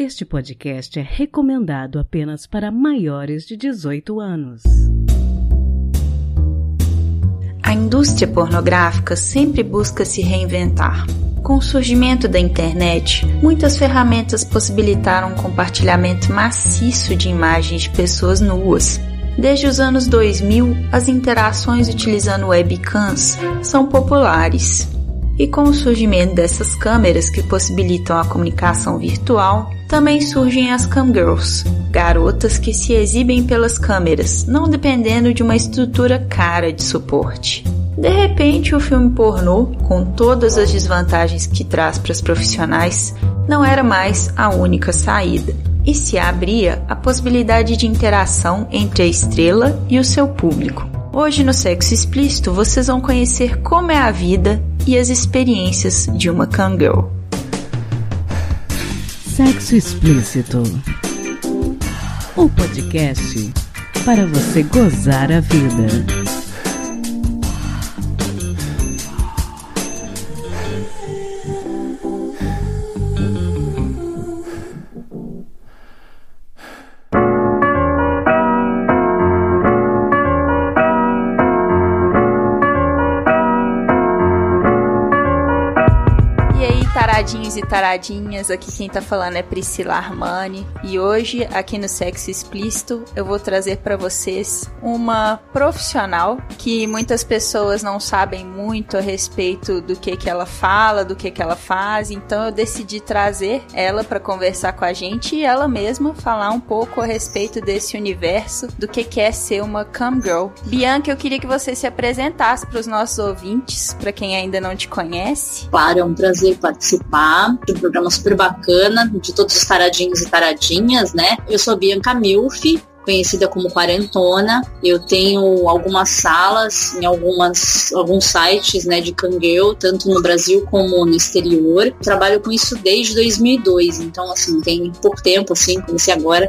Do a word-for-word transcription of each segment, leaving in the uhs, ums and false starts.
Este podcast é recomendado apenas para maiores de dezoito anos. A indústria pornográfica sempre busca se reinventar. Com o surgimento da internet, muitas ferramentas possibilitaram um compartilhamento maciço de imagens de pessoas nuas. Desde os anos dois mil, as interações utilizando webcams são populares. E com o surgimento dessas câmeras que possibilitam a comunicação virtual, também surgem as camgirls, garotas que se exibem pelas câmeras, não dependendo de uma estrutura cara de suporte. De repente, o filme pornô, com todas as desvantagens que traz para os profissionais, não era mais a única saída, e se abria a possibilidade de interação entre a estrela e o seu público. Hoje no Sexo Explícito, vocês vão conhecer como é a vida e as experiências de uma camgirl. Sexo Explícito, o podcast para você gozar a vida. Taradinhos e taradinhas, aqui quem tá falando é Priscila Armani e hoje aqui no Sexo Explícito eu vou trazer para vocês uma profissional que muitas pessoas não sabem muito a respeito do que que ela fala, do que que ela faz, então eu decidi trazer ela para conversar com a gente e ela mesma falar um pouco a respeito desse universo, do que que é ser uma camgirl. Bianca, eu queria que você se apresentasse para os nossos ouvintes, para quem ainda não te conhece. Claro, é um prazer participar de um programa super bacana, de todos os taradinhos e taradinhas, né? Eu sou Bianca Milf, conhecida como Quarentona. Eu tenho algumas salas em algumas, alguns sites, né, de camgirl, tanto no Brasil como no exterior. Trabalho com isso desde dois mil e dois, então assim, tem pouco tempo, assim, comecei agora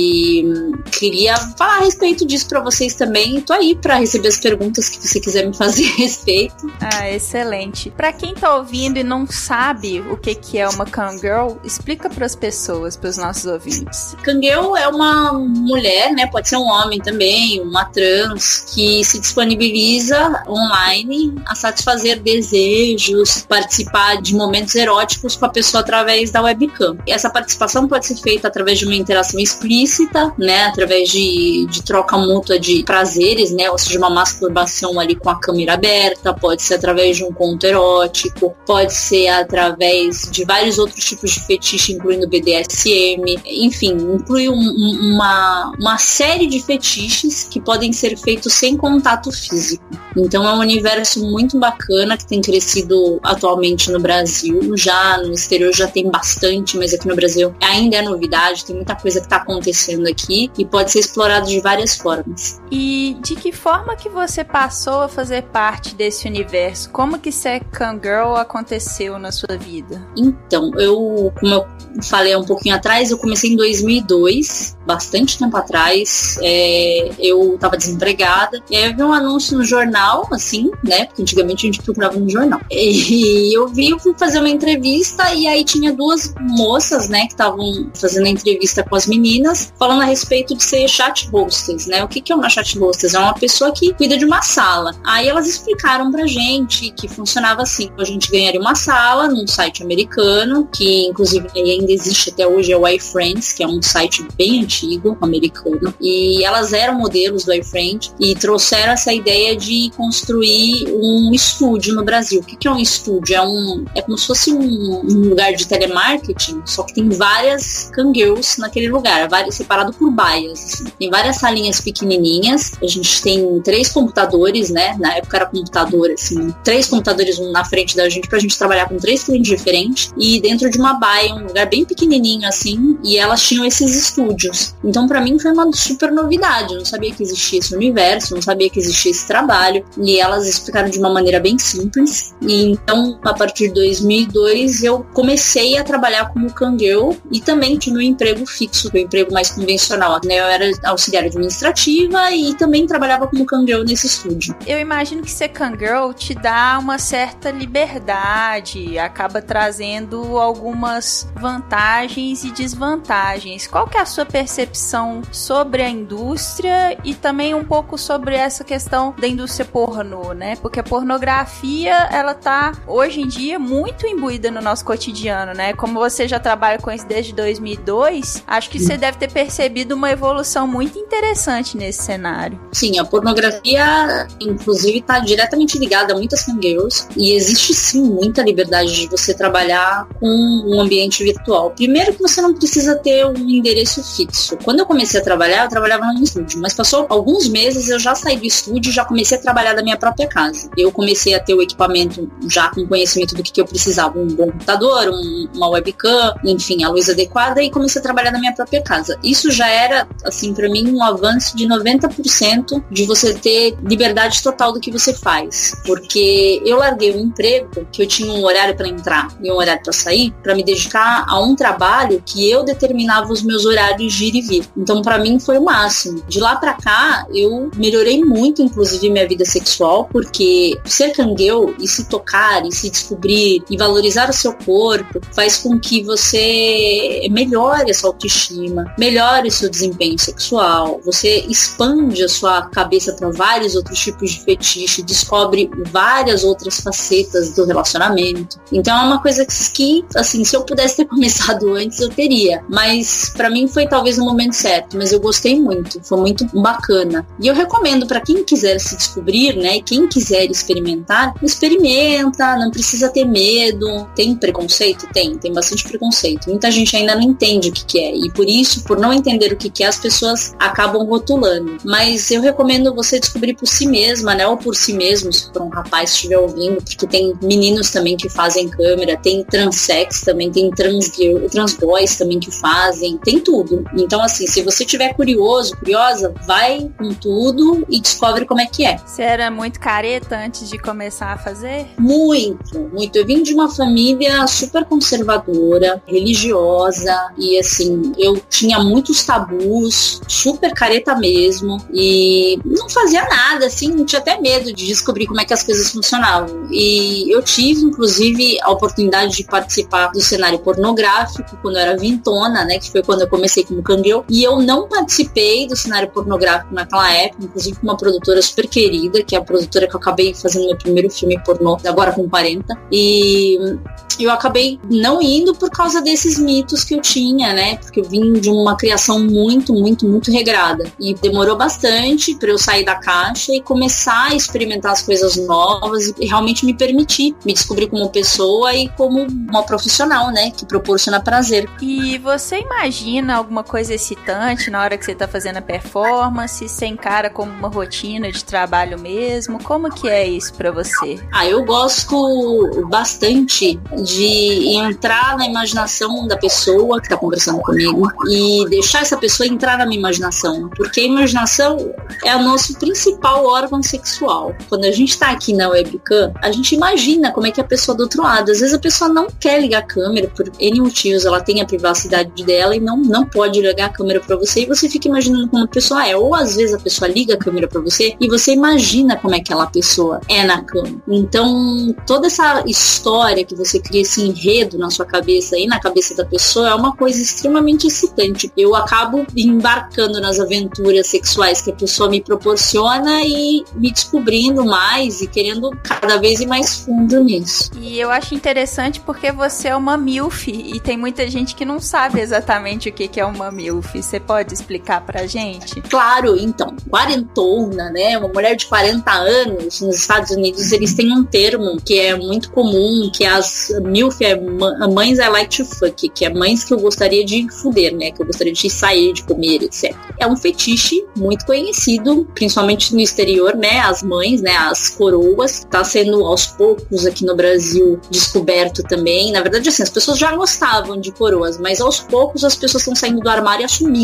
e queria falar a respeito disso pra vocês também. Tô aí pra receber as perguntas que você quiser me fazer a respeito. Ah, excelente. Pra quem tá ouvindo e não sabe o que que é uma camgirl, explica pras pessoas, pros nossos ouvintes. Camgirl é uma mulher, né, pode ser um homem também, uma trans, que se disponibiliza online a satisfazer desejos, participar de momentos eróticos com a pessoa através da webcam. Essa participação pode ser feita através de uma interação explícita, né, através de, de troca mútua de prazeres, né, ou seja, uma masturbação ali com a câmera aberta, pode ser através de um conto erótico, pode ser através de vários outros tipos de fetiche, incluindo B D S M, enfim, inclui um, uma, uma série de fetiches que podem ser feitos sem contato físico. Então é um universo muito bacana que tem crescido atualmente no Brasil. Já no exterior já tem bastante, mas aqui no Brasil ainda é novidade, tem muita coisa que está acontecendo aqui e pode ser explorado de várias formas. E de que forma que você passou a fazer parte desse universo? Como que ser camgirl aconteceu na sua vida? Então, eu, como eu falei um pouquinho atrás, eu comecei em dois mil e dois, bastante tempo atrás. É, eu tava desempregada e aí eu vi um anúncio no jornal, assim, né, porque antigamente a gente procurava no jornal, e eu vi, eu fui fazer uma entrevista e aí tinha duas moças, né, que estavam fazendo a entrevista com as meninas, falando a respeito de ser chat hostess, né. O que que é uma chat hostess? É uma pessoa que cuida de uma sala. Aí elas explicaram pra gente que funcionava assim: a gente ganharia uma sala num site americano, que inclusive ainda existe até hoje, é o iFriends, que é um site bem antigo, americano. E elas eram modelos do iFriend e trouxeram essa ideia de construir um estúdio no Brasil. O que é um estúdio? É, um, é como se fosse um, um lugar de telemarketing, só que tem várias camgirls naquele lugar, várias, separado por baias. Assim. Tem várias salinhas pequenininhas, a gente tem três computadores, né? Na época era computador, assim, três computadores um na frente da gente pra gente trabalhar com três clientes diferentes e dentro de uma baia, um lugar bem pequenininho, assim, e elas tinham esses estúdios. Então, pra mim, foi uma uma super novidade, eu não sabia que existia esse universo, não sabia que existia esse trabalho, e elas explicaram de uma maneira bem simples. E então, a partir de dois mil e dois, eu comecei a trabalhar como Kangirl e também tinha um emprego fixo, um emprego mais convencional, né? Eu era auxiliar administrativa e também trabalhava como Kangirl nesse estúdio. Eu imagino que ser Kangirl te dá uma certa liberdade, acaba trazendo algumas vantagens e desvantagens. Qual que é a sua percepção sobre a indústria e também um pouco sobre essa questão da indústria pornô, né? Porque a pornografia, ela tá hoje em dia muito imbuída no nosso cotidiano, né? Como você já trabalha com isso desde dois mil e dois, acho que você deve ter percebido uma evolução muito interessante nesse cenário. Sim, a pornografia, inclusive, está diretamente ligada a muitas Kangirls e existe sim muita liberdade de você trabalhar com um ambiente virtual. Primeiro que você não precisa ter um endereço fixo. Quando eu comecei a trabalhar, eu trabalhava no estúdio, mas passou alguns meses, eu já saí do estúdio e já comecei a trabalhar da minha própria casa. Eu comecei a ter o equipamento já com conhecimento do que, que eu precisava, um bom computador, um, uma webcam, enfim, a luz adequada, e comecei a trabalhar da minha própria casa. Isso já era, assim, pra mim, um avanço de noventa por cento de você ter liberdade total do que você faz. Porque eu larguei um emprego que eu tinha um horário pra entrar e um horário pra sair, pra me dedicar a um trabalho que eu determinava os meus horários de ir e vir. Então, pra mim, foi o máximo. De lá pra cá, eu melhorei muito, inclusive, minha vida sexual, porque ser Kangirl e se tocar e se descobrir e valorizar o seu corpo faz com que você melhore a sua autoestima, melhore o seu desempenho sexual, você expande a sua cabeça para vários outros tipos de fetiche, descobre várias outras facetas do relacionamento. Então é uma coisa que, assim, se eu pudesse ter começado antes, eu teria. Mas pra mim foi talvez no momento certo, mas eu gostei muito, foi muito bacana. E eu recomendo para quem quiser se descobrir, né, quem quiser experimentar, experimenta, não precisa ter medo. Tem preconceito? Tem, tem bastante preconceito. Muita gente ainda não entende o que, que é, e por isso, por não entender o que, que é, as pessoas acabam rotulando. Mas eu recomendo você descobrir por si mesma, né, ou por si mesmo, se for um rapaz estiver ouvindo, porque tem meninos também que fazem câmera, tem transex também, tem trans, trans boys também que fazem, tem tudo. Então, assim, se você tiver curioso, curiosa, vai com tudo e descobre como é que é. Você era muito careta antes de começar a fazer? Muito, muito. Eu vim de uma família super conservadora, religiosa, e assim, eu tinha muitos tabus, super careta mesmo, e não fazia nada, assim, tinha até medo de descobrir como é que as coisas funcionavam. E eu tive, inclusive, a oportunidade de participar do cenário pornográfico quando eu era vintona, né, que foi quando eu comecei como Kangirl, e eu não participei do cenário pornográfico naquela época, inclusive com uma produtora super querida, que é a produtora que eu acabei fazendo meu primeiro filme pornô, agora com quarenta, e eu acabei não indo por causa desses mitos que eu tinha, né, porque eu vim de uma criação muito, muito, muito regrada, e demorou bastante pra eu sair da caixa e começar a experimentar as coisas novas e realmente me permitir me descobrir como pessoa e como uma profissional, né, que proporciona prazer. E você imagina alguma coisa excitante na hora que você tá fazendo a performance? Você encara como uma rotina de trabalho mesmo? Como que é isso pra você? Ah, eu gosto bastante de entrar na imaginação da pessoa que tá conversando comigo e deixar essa pessoa entrar na minha imaginação, porque a imaginação é o nosso principal órgão sexual. Quando a gente tá aqui na webcam, a gente imagina como é que é a pessoa do outro lado. Às vezes a pessoa não quer ligar a câmera por N motivos, ela tem a privacidade dela e não, não pode ligar a câmera pra você, e você fica imaginando como a pessoa é. Ou às vezes a pessoa liga a câmera pra você e você imagina como é que aquela pessoa é na cama. Então toda essa história que você cria, esse enredo na sua cabeça e na cabeça da pessoa, é uma coisa extremamente excitante. Eu acabo embarcando nas aventuras sexuais que a pessoa me proporciona e me descobrindo mais e querendo cada vez ir mais fundo nisso. E eu acho interessante porque você é uma milf e tem muita gente que não sabe exatamente o que é uma milf. Você pode explicar pra gente? Claro, então, quarentona, né, uma mulher de quarenta anos nos Estados Unidos, eles têm um termo que é muito comum, que as milf é mães I like to fuck, que é mães que eu gostaria de fuder, né, que eu gostaria de sair, de comer, etcétera. É um fetiche muito conhecido, principalmente no exterior, né, as mães, né, as coroas, tá sendo aos poucos aqui no Brasil descoberto também. Na verdade, assim, as pessoas já gostavam de coroas, mas aos poucos as pessoas estão saindo do armário e assumindo que gostam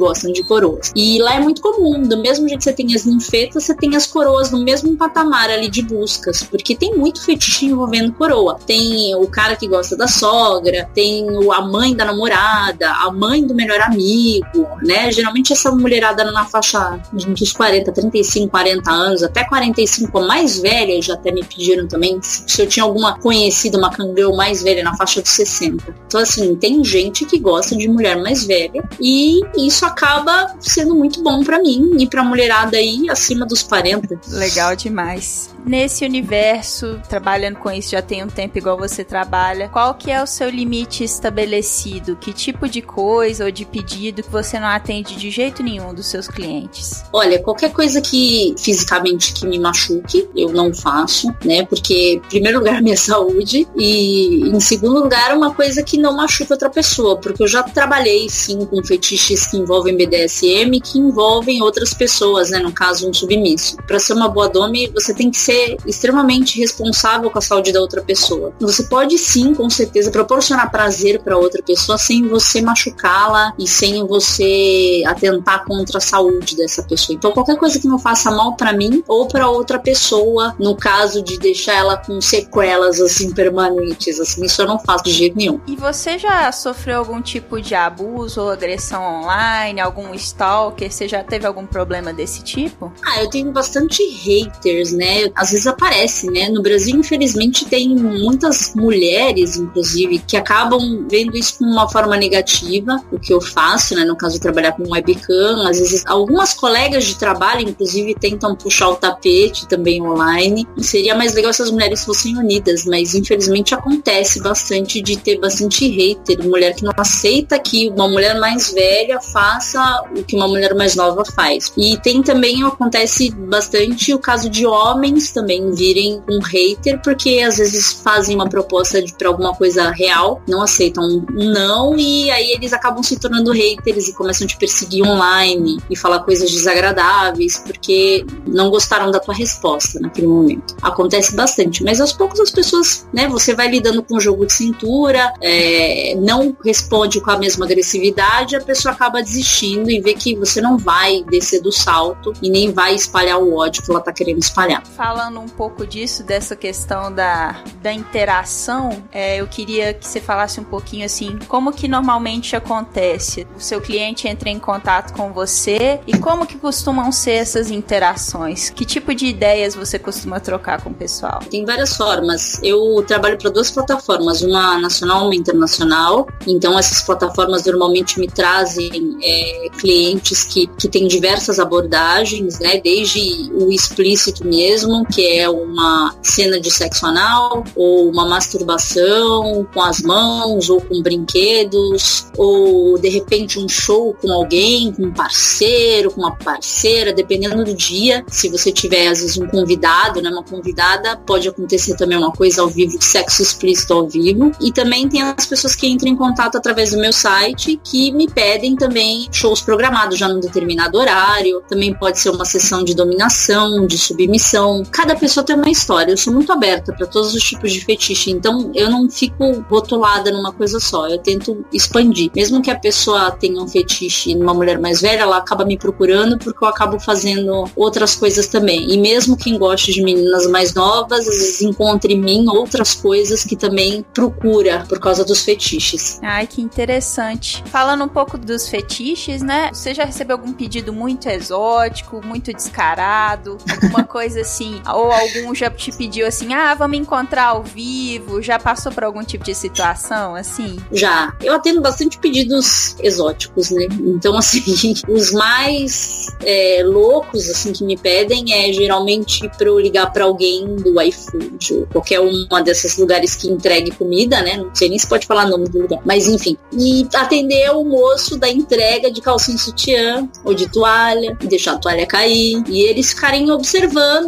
gostam de coroas. E lá é muito comum, do mesmo jeito que você tem as ninfetas, você tem as coroas no mesmo patamar ali de buscas, porque tem muito fetiche envolvendo coroa. Tem o cara que gosta da sogra, tem a mãe da namorada, a mãe do melhor amigo, né? Geralmente essa mulherada na faixa dos quarenta, trinta e cinco, quarenta anos, até quarenta e cinco, mais velha, já até me pediram também se eu tinha alguma conhecida, uma cangirl mais velha na faixa dos sessenta. Então assim, tem gente que gosta de mulher mais velha e isso acaba sendo muito bom pra mim e pra mulherada aí acima dos quarenta. Legal demais. Nesse universo, trabalhando com isso já tem um tempo igual você trabalha, qual que é o seu limite estabelecido? Que tipo de coisa ou de pedido que você não atende de jeito nenhum dos seus clientes? Olha, qualquer coisa que fisicamente que me machuque, eu não faço, né? Porque, em primeiro lugar, minha saúde e, em segundo lugar, uma coisa que não machuca outra pessoa, porque eu já trabalhei, sim, com fetiches que envolvem B D S M, que envolvem outras pessoas, né? No caso, um submisso. Para ser uma boa dome, você tem que ser extremamente responsável com a saúde da outra pessoa. Você pode, sim, com certeza, proporcionar prazer para outra pessoa sem você machucá-la e sem você atentar contra a saúde dessa pessoa. Então, qualquer coisa que não faça mal para mim ou para outra pessoa, no caso de deixar ela com sequelas, assim, permanentes, assim, isso eu não faço de jeito nenhum. E você já sofreu algum tipo de abuso ou agressão online, algum stalker? Você já teve algum problema desse tipo? Ah, eu tenho bastante haters, né? Às vezes aparece, né? No Brasil, infelizmente, tem muitas mulheres, inclusive, que acabam vendo isso como uma forma negativa, o que eu faço, né? No caso de trabalhar com webcam, às vezes algumas colegas de trabalho, inclusive, tentam puxar o tapete também online. E seria mais legal se as mulheres fossem unidas, mas infelizmente acontece bastante de ter bastante hater, mulher que não aceita que uma mulher mais velha faça o que uma mulher mais nova faz. E tem também, acontece bastante o caso de homens também virem um hater, porque às vezes fazem uma proposta de, pra alguma coisa real, não aceitam um não, e aí eles acabam se tornando haters e começam a te perseguir online e falar coisas desagradáveis porque não gostaram da tua resposta naquele momento. Acontece bastante, mas aos poucos as pessoas, né, você vai lidando com o jogo de cintura, é, não responde com a mesma agressividade, a pessoa acaba desistindo e vê que você não vai descer do salto e nem vai espalhar o ódio que ela tá querendo espalhar. Falando um pouco disso, dessa questão da, da interação, é, eu queria que você falasse um pouquinho assim, como que normalmente acontece? O seu cliente entra em contato com você e como que costumam ser essas interações? Que tipo de ideias você costuma trocar com o pessoal? Tem várias formas. Eu trabalho para duas plataformas, uma nacional e uma internacional. Então essas plataformas normalmente me trazem é, clientes que, que têm diversas abordagens, né? Desde o explícito mesmo, que é uma cena de sexo anal, ou uma masturbação com as mãos, ou com brinquedos, ou de repente um show com alguém, com um parceiro, com uma parceira, dependendo do dia. Se você tiver às vezes um convidado, né, uma convidada, pode acontecer também uma coisa ao vivo, sexo explícito ao vivo. E também tem as pessoas que entram em contato através do meu site, que me pedem também shows programados já num determinado horário. Também pode ser uma sessão de dominação, de submissão. Cada pessoa tem uma história. Eu sou muito aberta para todos os tipos de fetiche, então eu não fico rotulada numa coisa só. Eu tento expandir. Mesmo que a pessoa tenha um fetiche numa mulher mais velha, ela acaba me procurando porque eu acabo fazendo outras coisas também. E mesmo quem gosta de meninas mais novas, às vezes encontra em mim outras coisas que também procura por causa dos fetiches. Ai, que interessante. Falando um pouco dos fetiches, né? Você já recebeu algum pedido muito exótico, muito descarado, alguma coisa assim? Ou algum já te pediu assim, ah, vamos encontrar ao vivo? Já passou por algum tipo de situação, assim? Já. Eu atendo bastante pedidos exóticos, né? Então, assim, os mais é, loucos, assim, que me pedem é geralmente pra eu ligar pra alguém do iFood ou qualquer uma desses lugares que entregue comida, né? Não sei nem se pode falar nome do lugar. Mas, enfim. E atender o moço da entrega de calcinha sutiã ou de toalha, deixar a toalha cair. E eles ficarem observando essa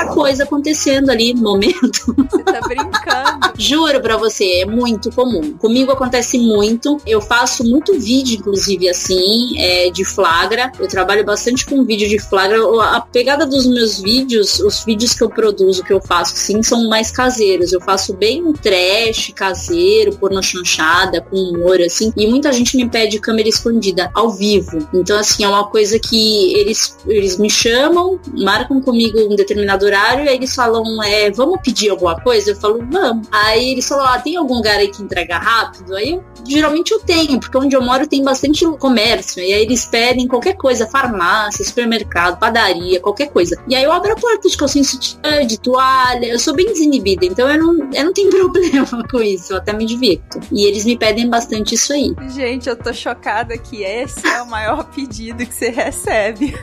qualquer coisa acontecendo ali no momento. Você tá brincando? Juro pra você, é muito comum. Comigo acontece muito. Eu faço muito vídeo, inclusive, assim, é, de flagra. Eu trabalho bastante com vídeo de flagra. A pegada dos meus vídeos, os vídeos que eu produzo, que eu faço, assim, são mais caseiros. Eu faço bem trash, caseiro, porno chanchada, com humor, assim. E muita gente me pede câmera escondida, ao vivo. Então, assim, é uma coisa que eles, eles me chamam, marcam comigo um determinado horário, e aí eles falam, é, vamos pedir alguma coisa? Eu falo, vamos. Aí eles falam, ah, tem algum lugar aí que entrega rápido? Aí eu, geralmente eu tenho, porque onde eu moro tem bastante comércio, e aí eles pedem qualquer coisa, farmácia, supermercado, padaria, qualquer coisa. E aí eu abro a porta de calcinha sutiã, de toalha, eu sou bem desinibida, então eu não, eu não tenho problema com isso, eu até me divirto. E eles me pedem bastante isso aí. Gente, eu tô chocada que esse é o maior pedido que você recebe.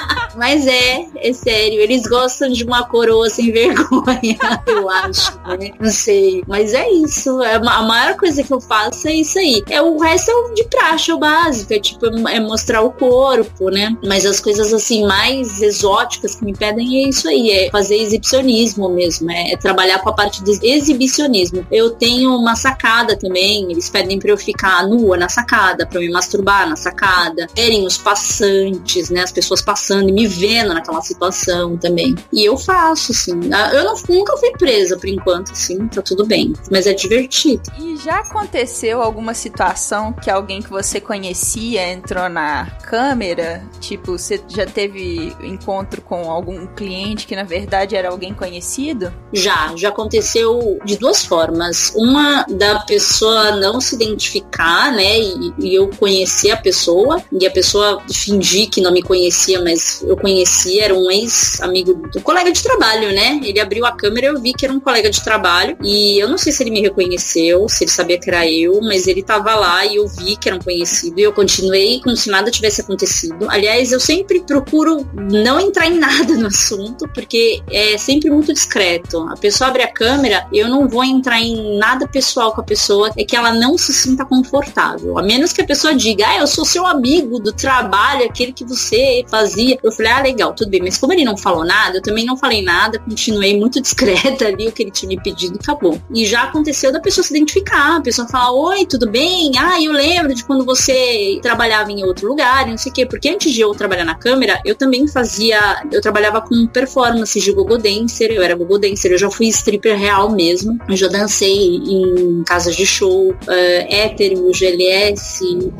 Mas é, é sério, eles gostam de uma coroa sem vergonha, eu acho, né? Não sei, mas é isso, é, a maior coisa que eu faço é isso aí. É, o resto é o de praxe, é o básico, é tipo, é mostrar o corpo, né? Mas as coisas assim, mais exóticas que me pedem é isso aí, é fazer exibicionismo mesmo, é, é trabalhar com a parte do exibicionismo. Eu tenho uma sacada também, eles pedem pra eu ficar nua na sacada, pra eu me masturbar na sacada, terem os passantes, né? As pessoas passando e me vendo naquela situação também. E eu faço, assim. Eu não, nunca fui presa, por enquanto, assim, tá tudo bem. Mas é divertido. E já aconteceu alguma situação que alguém que você conhecia entrou na câmera? Tipo, você já teve encontro com algum cliente que, na verdade, era alguém conhecido? Já, já aconteceu de duas formas. Uma, da pessoa não se identificar, né, e, e eu conhecer a pessoa, e a pessoa fingir que não me conhecia, mas eu conhecia, era um ex-amigo do colega de trabalho, né? Ele abriu a câmera e eu vi que era um colega de trabalho, e eu não sei se ele me reconheceu, se ele sabia que era eu, mas ele tava lá e eu vi que era um conhecido, e eu continuei como se nada tivesse acontecido. Aliás, eu sempre procuro não entrar em nada no assunto, porque é sempre muito discreto. A pessoa abre a câmera, eu não vou entrar em nada pessoal com a pessoa, é que ela não se sinta confortável. A menos que a pessoa diga, ah, eu sou seu amigo do trabalho, aquele que você fazia. Eu falei, ah, legal, tudo bem. Mas como ele não falou nada, eu também não falei nada, continuei muito discreta ali o que ele tinha me pedido e acabou. E já aconteceu da pessoa se identificar, a pessoa falar, oi, tudo bem? Ah, eu lembro de quando você trabalhava em outro lugar, não sei o quê. Porque antes de eu trabalhar na câmera, eu também fazia, eu trabalhava com performance de gogo dancer, eu era gogo dancer, eu já fui stripper real mesmo, eu já dancei em casas de show, uh, hétero, G L S,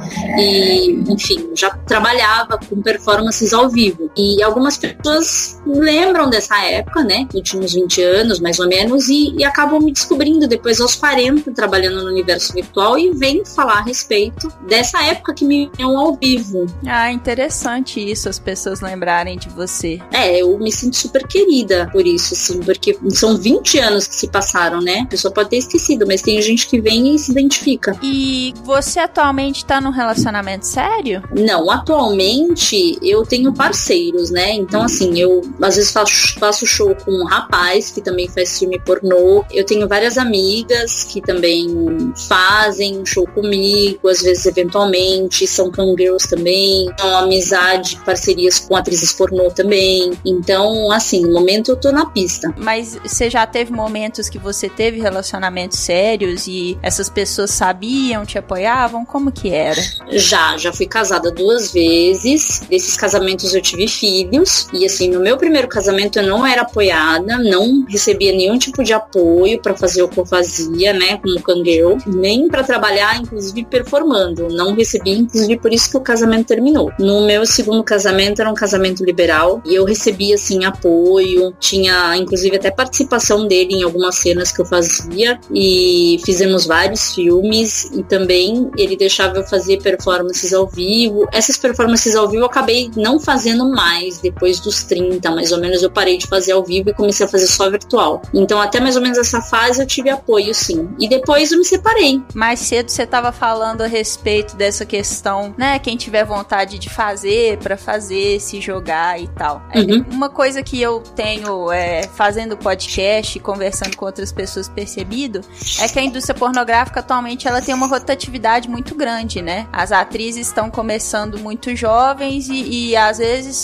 e enfim, já trabalhava com performances ao vivo. E algumas pessoas lembram dessa época, né? Eu tinha uns vinte anos, mais ou menos, e, e acabam me descobrindo depois aos quarenta, trabalhando no universo virtual, e vêm falar a respeito dessa época que me viam ao vivo. Ah, interessante isso, as pessoas lembrarem de você. É, eu me sinto super querida por isso, assim, porque são vinte anos que se passaram, né? A pessoa pode ter esquecido, mas tem gente que vem e se identifica. E você atualmente tá num relacionamento sério? Não, atualmente eu tenho parceiros, né? Então, assim, eu às vezes faço, faço show com um rapaz que também faz filme pornô. Eu tenho várias amigas que também fazem show comigo, às vezes eventualmente, são fangirls também, então amizade, parcerias com atrizes pornô também. Então, assim, no momento eu tô na pista. Mas você já teve momentos que você teve relacionamentos sérios e essas pessoas sabiam, te apoiavam? Como que era? Já, já fui casada duas vezes. Desses casamentos eu tive filhos. E assim, no meu primeiro casamento eu não era apoiada, não recebia nenhum tipo de apoio pra fazer o que eu fazia, né, como fangirl, nem pra trabalhar, inclusive performando. Não recebi, inclusive por isso que o casamento terminou. No meu segundo casamento era um casamento liberal e eu recebia, assim, apoio. Tinha, inclusive, até participação dele em algumas cenas que eu fazia e fizemos vários filmes e também ele deixava eu fazer performances ao vivo. Essas performances ao vivo eu acabei não fazendo mais depois dos trinta, mais ou menos eu parei de fazer ao vivo e comecei a fazer só virtual. Então até mais ou menos essa fase eu tive apoio, sim. E depois eu me separei. Mais cedo você estava falando a respeito dessa questão, né, quem tiver vontade de fazer, pra fazer, se jogar e tal. Uhum. É, uma coisa que eu tenho é, fazendo podcast, conversando com outras pessoas percebido, é que a indústria pornográfica atualmente ela tem uma rotatividade muito grande, né? As atrizes estão começando muito jovens e, e às vezes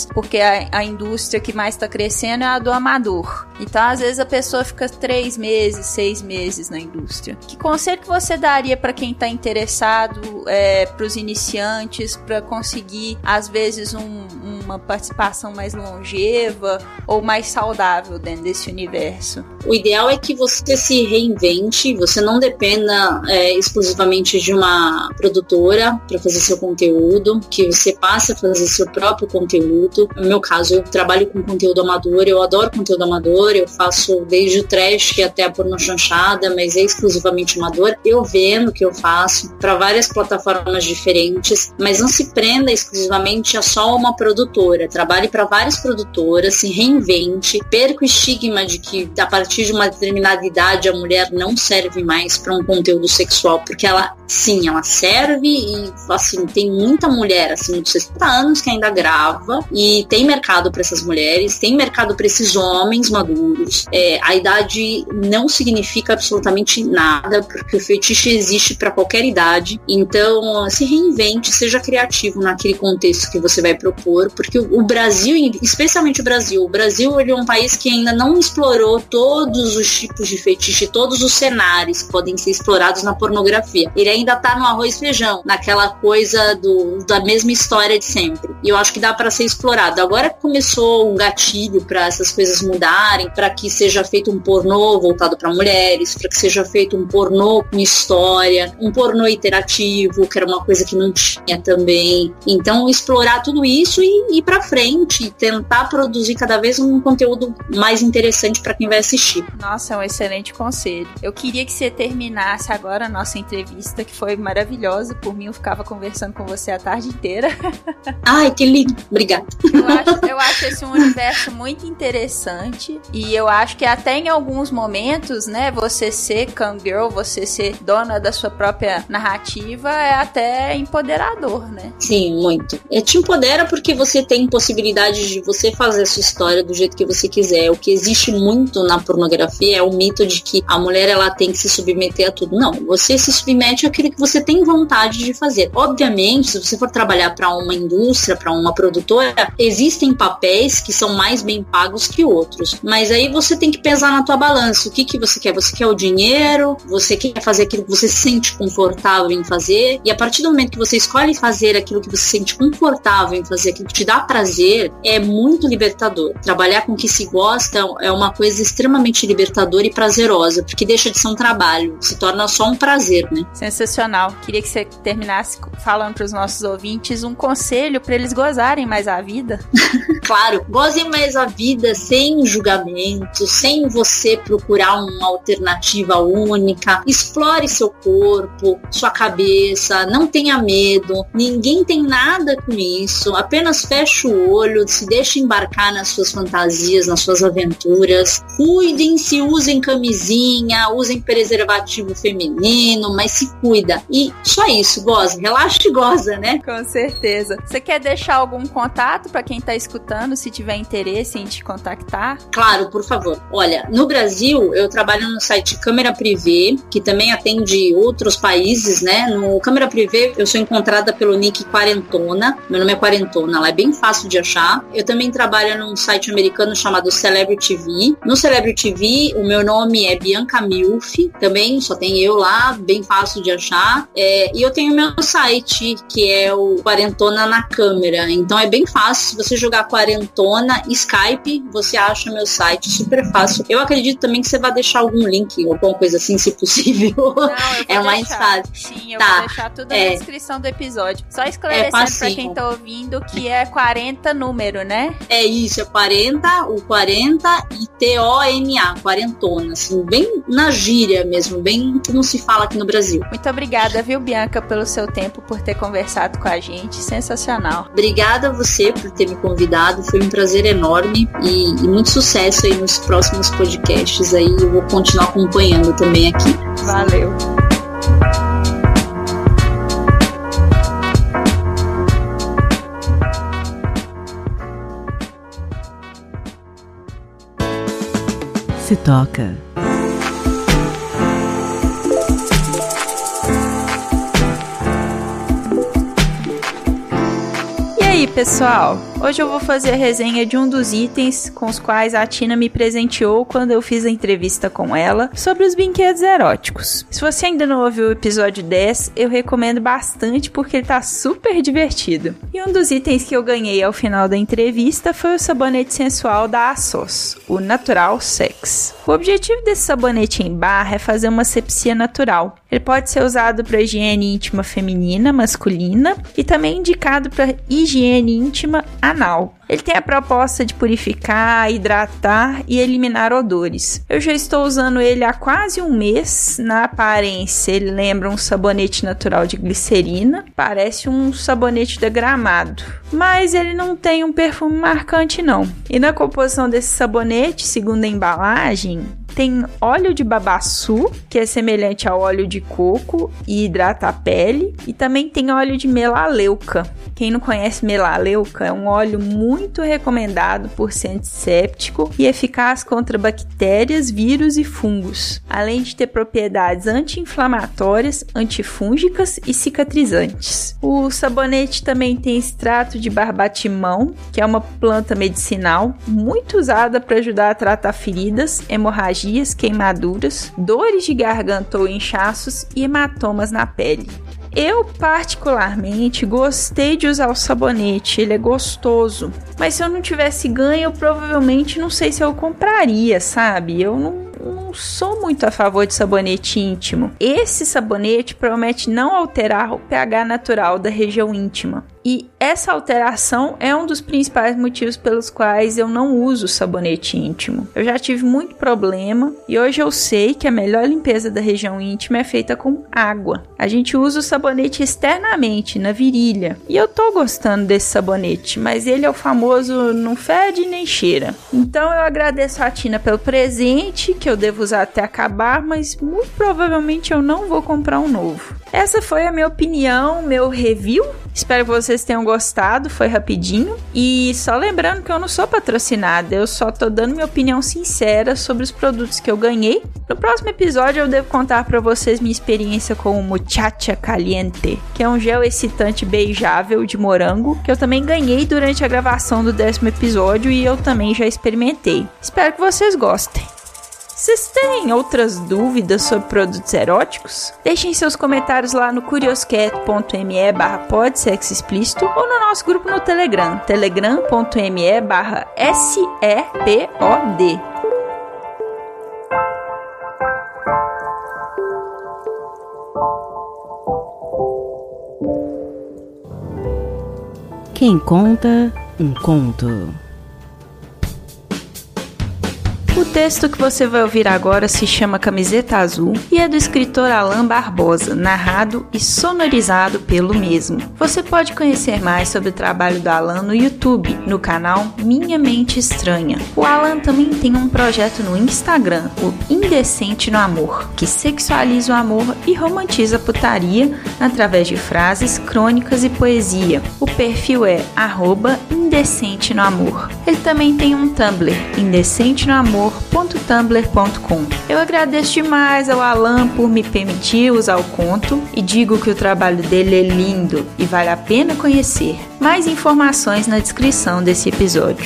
vezes, porque a, a indústria que mais está crescendo é a do amador. Então, às vezes, a pessoa fica três meses, seis meses na indústria. Que conselho que você daria para quem está interessado, é, para os iniciantes, para conseguir, às vezes, um, uma participação mais longeva ou mais saudável dentro desse universo? O ideal é que você se reinvente, você não dependa é, exclusivamente de uma produtora para fazer seu conteúdo, que você passe a fazer seu próprio conteúdo. No meu caso, eu trabalho com conteúdo amador, eu adoro conteúdo amador, eu faço desde o trash até a pornochanchada, mas é exclusivamente amador. Eu vendo o que eu faço para várias plataformas diferentes, mas não se prenda exclusivamente a só uma produtora. Trabalhe para várias produtoras, se reinvente, perca o estigma de que a partir de uma determinada idade a mulher não serve mais para um conteúdo sexual, porque ela, sim, ela serve e, assim, tem muita mulher acima de sessenta anos que ainda grava e tem mercado para essas mulheres, tem mercado para esses homens maduros. É, a idade não significa absolutamente nada, porque o fetiche existe para qualquer idade. Então, se reinvente, seja criativo naquele contexto que você vai propor, porque o, o Brasil, especialmente o Brasil, o Brasil ele é um país que ainda não explorou todos os tipos de fetiche, todos os cenários que podem ser explorados na pornografia. Ele ainda tá no arroz e feijão, naquela coisa do, da mesma história de sempre. E eu acho que dá para ser explorado. Agora começou um gatilho para essas coisas mudarem, para que seja feito um pornô voltado para mulheres, para que seja feito um pornô com história, um pornô iterativo, que era uma coisa que não tinha também. Então, explorar tudo isso e ir para frente, e tentar produzir cada vez um conteúdo mais interessante para quem vai assistir. Nossa, é um excelente conselho. Eu queria que você terminasse agora a nossa entrevista, que foi maravilhosa. Por mim, eu ficava conversando com você a tarde inteira. Ai, que lindo. Obrigada. Eu acho, eu acho esse um universo muito interessante e eu acho que até em alguns momentos, né, você ser cam girl, você ser dona da sua própria narrativa é até empoderador, né? Sim, muito. É, te empodera porque você tem possibilidade de você fazer a sua história do jeito que você quiser. O que existe muito na pornografia é o mito de que a mulher ela tem que se submeter a tudo. Não, você se submete àquilo que você tem vontade de fazer. Obviamente, se você for trabalhar para uma indústria, para uma produtora, existem papéis que são mais bem pagos que outros. Mas aí você tem que pesar na tua balança. O que que você quer? Você quer o dinheiro? Você quer fazer aquilo que você se sente confortável em fazer? E a partir do momento que você escolhe fazer aquilo que você se sente confortável em fazer, aquilo que te dá prazer, é muito libertador. Trabalhar com o que se gosta é uma coisa extremamente libertadora e prazerosa, porque deixa de ser um trabalho, se torna só um prazer, né? Sensacional. Queria que você terminasse falando para os nossos ouvintes um conselho para eles gozarem mais a vida. Claro, gozem mais a vida sem julgamento, sem você procurar uma alternativa única. Explore seu corpo, sua cabeça, não tenha medo, ninguém tem nada com isso, apenas feche o olho, se deixe embarcar nas suas fantasias, nas suas aventuras. Cuidem-se, usem camisinha, usem preservativo feminino, mas se cuida. E só isso, goza, relaxa e goza, né? Com certeza. Você quer deixar algum contato para quem tá escutando, se tiver interesse em te contactar? Claro, por favor. Olha, no Brasil, eu trabalho no site Câmera Privé, que também atende outros países, né? No Câmera Privé, eu sou encontrada pelo nick Quarentona. Meu nome é Quarentona, ela é bem fácil de achar. Eu também trabalho num site americano chamado Celebrity T V. No Celebrity T V, o meu nome é Bianca Milf, também só tem eu lá, bem fácil de achar. É, e eu tenho meu site, que é o Quarentona na Câmera. Então é bem fácil, se você jogar Quarentona Skype, você acha meu site, super fácil. Eu acredito também que você vai deixar algum link, alguma coisa assim, se possível. Não, é mais fácil. Sim, eu tá. vou deixar tudo é. na descrição do episódio. Só esclarecendo é pra quem tá ouvindo que é quarenta número, né? É isso, é quarenta, o quarenta e T O N A, quarentona, assim, bem na gíria mesmo, bem como se fala aqui no Brasil. Muito obrigada, viu, Bianca, pelo seu tempo, por ter conversado com a gente, sensacional. Obrigada a você por ter me convidado, foi um prazer enorme e, e muito sucesso aí nos próximos podcasts aí, eu vou continuar acompanhando também aqui. Valeu. Se toca. E aí, pessoal? Hoje eu vou fazer a resenha de um dos itens com os quais a Tina me presenteou quando eu fiz a entrevista com ela sobre os brinquedos eróticos. Se você ainda não ouviu o episódio dez, eu recomendo bastante porque ele tá super divertido. E um dos itens que eu ganhei ao final da entrevista foi o sabonete sensual da ASOS, o Natural Sex. O objetivo desse sabonete em barra é fazer uma asepsia natural. Ele pode ser usado para higiene íntima feminina, masculina e também indicado para higiene íntima anal. Ele tem a proposta de purificar, hidratar e eliminar odores. Eu já estou usando ele há quase um mês. Na aparência, ele lembra um sabonete natural de glicerina. Parece um sabonete degramado. Mas ele não tem um perfume marcante, não. E na composição desse sabonete, segundo a embalagem, tem óleo de babaçu, que é semelhante ao óleo de coco e hidrata a pele. E também tem óleo de melaleuca. Quem não conhece melaleuca, é um óleo muito recomendado por ser antisséptico e eficaz contra bactérias, vírus e fungos, além de ter propriedades anti-inflamatórias, antifúngicas e cicatrizantes. O sabonete também tem extrato de barbatimão, que é uma planta medicinal muito usada para ajudar a tratar feridas, hemorragias, queimaduras, dores de garganta ou inchaços e hematomas na pele. Eu, particularmente, gostei de usar o sabonete, ele é gostoso. Mas se eu não tivesse ganho, eu provavelmente não sei se eu compraria, sabe? Eu não, não sou muito a favor de sabonete íntimo. Esse sabonete promete não alterar o pH natural da região íntima. E essa alteração é um dos principais motivos pelos quais eu não uso sabonete íntimo. Eu já tive muito problema e hoje eu sei que a melhor limpeza da região íntima é feita com água. A gente usa o sabonete externamente, na virilha. E eu tô gostando desse sabonete, mas ele é o famoso não fede nem cheira. Então eu agradeço a Tina pelo presente, que eu devo usar até acabar, mas muito provavelmente eu não vou comprar um novo. Essa foi a minha opinião, meu review. Espero que vocês tenham gostado, foi rapidinho. E só lembrando que eu não sou patrocinada, eu só tô dando minha opinião sincera sobre os produtos que eu ganhei. No próximo episódio eu devo contar pra vocês minha experiência com o Muchacha Caliente, que é um gel excitante beijável de morango, que eu também ganhei durante a gravação do décimo episódio e eu também já experimentei. Espero que vocês gostem. Vocês têm outras dúvidas sobre produtos eróticos? Deixem seus comentários lá no curioscat.me barra podsexoexplícito ou no nosso grupo no Telegram, telegram.me barra sepod. Quem conta um conto? O texto que você vai ouvir agora se chama Camiseta Azul e é do escritor Alan Barbosa, narrado e sonorizado pelo mesmo. Você pode conhecer mais sobre o trabalho do Alan no YouTube, no canal Minha Mente Estranha. O Alan também tem um projeto no Instagram, o Indecente no Amor, que sexualiza o amor e romantiza a putaria através de frases, crônicas e poesia. O perfil é arroba Indecente no Amor. Ele também tem um Tumblr, indecente no amor ponto tumblr ponto com. Eu agradeço demais ao Alan por me permitir usar o conto e digo que o trabalho dele é lindo e vale a pena conhecer. Mais informações na descrição desse episódio.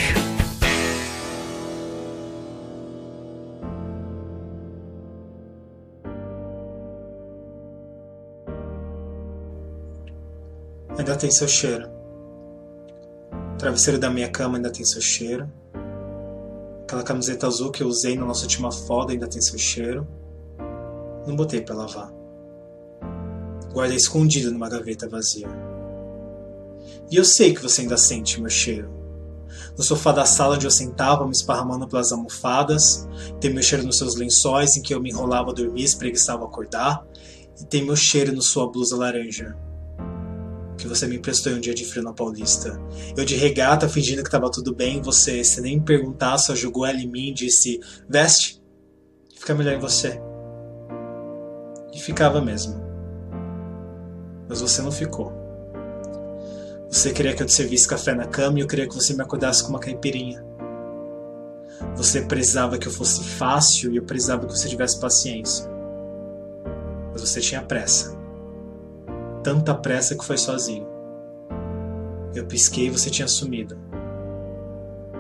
Ainda tem seu cheiro. O travesseiro da minha cama ainda tem seu cheiro. Aquela camiseta azul que eu usei na nossa última foto ainda tem seu cheiro. Não botei pra lavar. Guardei escondido numa gaveta vazia. E eu sei que você ainda sente meu cheiro. No sofá da sala onde eu sentava, me esparramando pelas almofadas. Tem meu cheiro nos seus lençóis em que eu me enrolava a dormir e espreguiçava a acordar. E tem meu cheiro na sua blusa laranja que você me emprestou em um dia de frio na Paulista. Eu de regata, fingindo que estava tudo bem, você, sem nem me perguntar, só jogou ela em mim e disse: veste, fica melhor em você. E ficava mesmo. Mas você não ficou. Você queria que eu te servisse café na cama e eu queria que você me acordasse com uma caipirinha. Você precisava que eu fosse fácil e eu precisava que você tivesse paciência. Mas você tinha pressa. Tanta pressa que foi sozinho. Eu pisquei e você tinha sumido.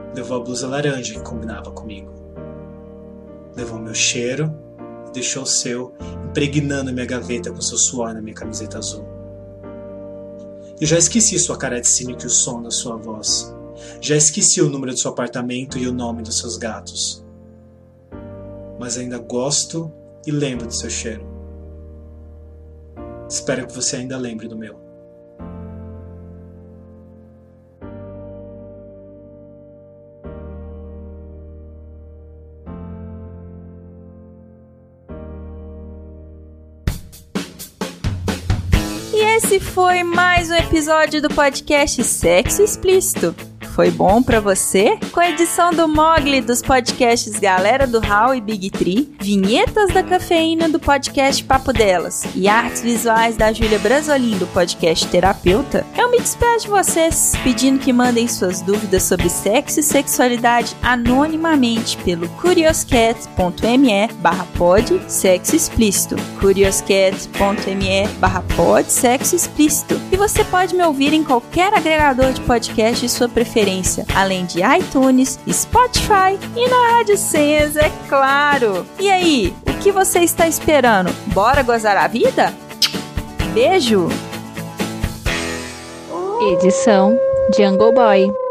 Levou a blusa laranja que combinava comigo. Levou meu cheiro e deixou o seu, impregnando minha gaveta com seu suor na minha camiseta azul. Eu já esqueci sua cara de cínico e o som da sua voz. Já esqueci o número do seu apartamento e o nome dos seus gatos. Mas ainda gosto e lembro do seu cheiro. Espero que você ainda lembre do meu. Esse foi mais um episódio do podcast Sexo Explícito. Foi bom pra você? Com a edição do Mogli dos podcasts Galera do Hall e Big Tree, vinhetas da Cafeína do podcast Papo Delas e artes visuais da Júlia Brasolin do podcast Terapeuta, eu me despeço de vocês pedindo que mandem suas dúvidas sobre sexo e sexualidade anonimamente pelo curioscat.me barra pod sexo explícito curioscat.me barra pod sexo explícito. E você pode me ouvir em qualquer agregador de podcast de sua preferência, além de iTunes, Spotify e na Rádio Senhas, é claro. E aí, o que você está esperando? Bora gozar a vida? Beijo! Edição Jungle Boy.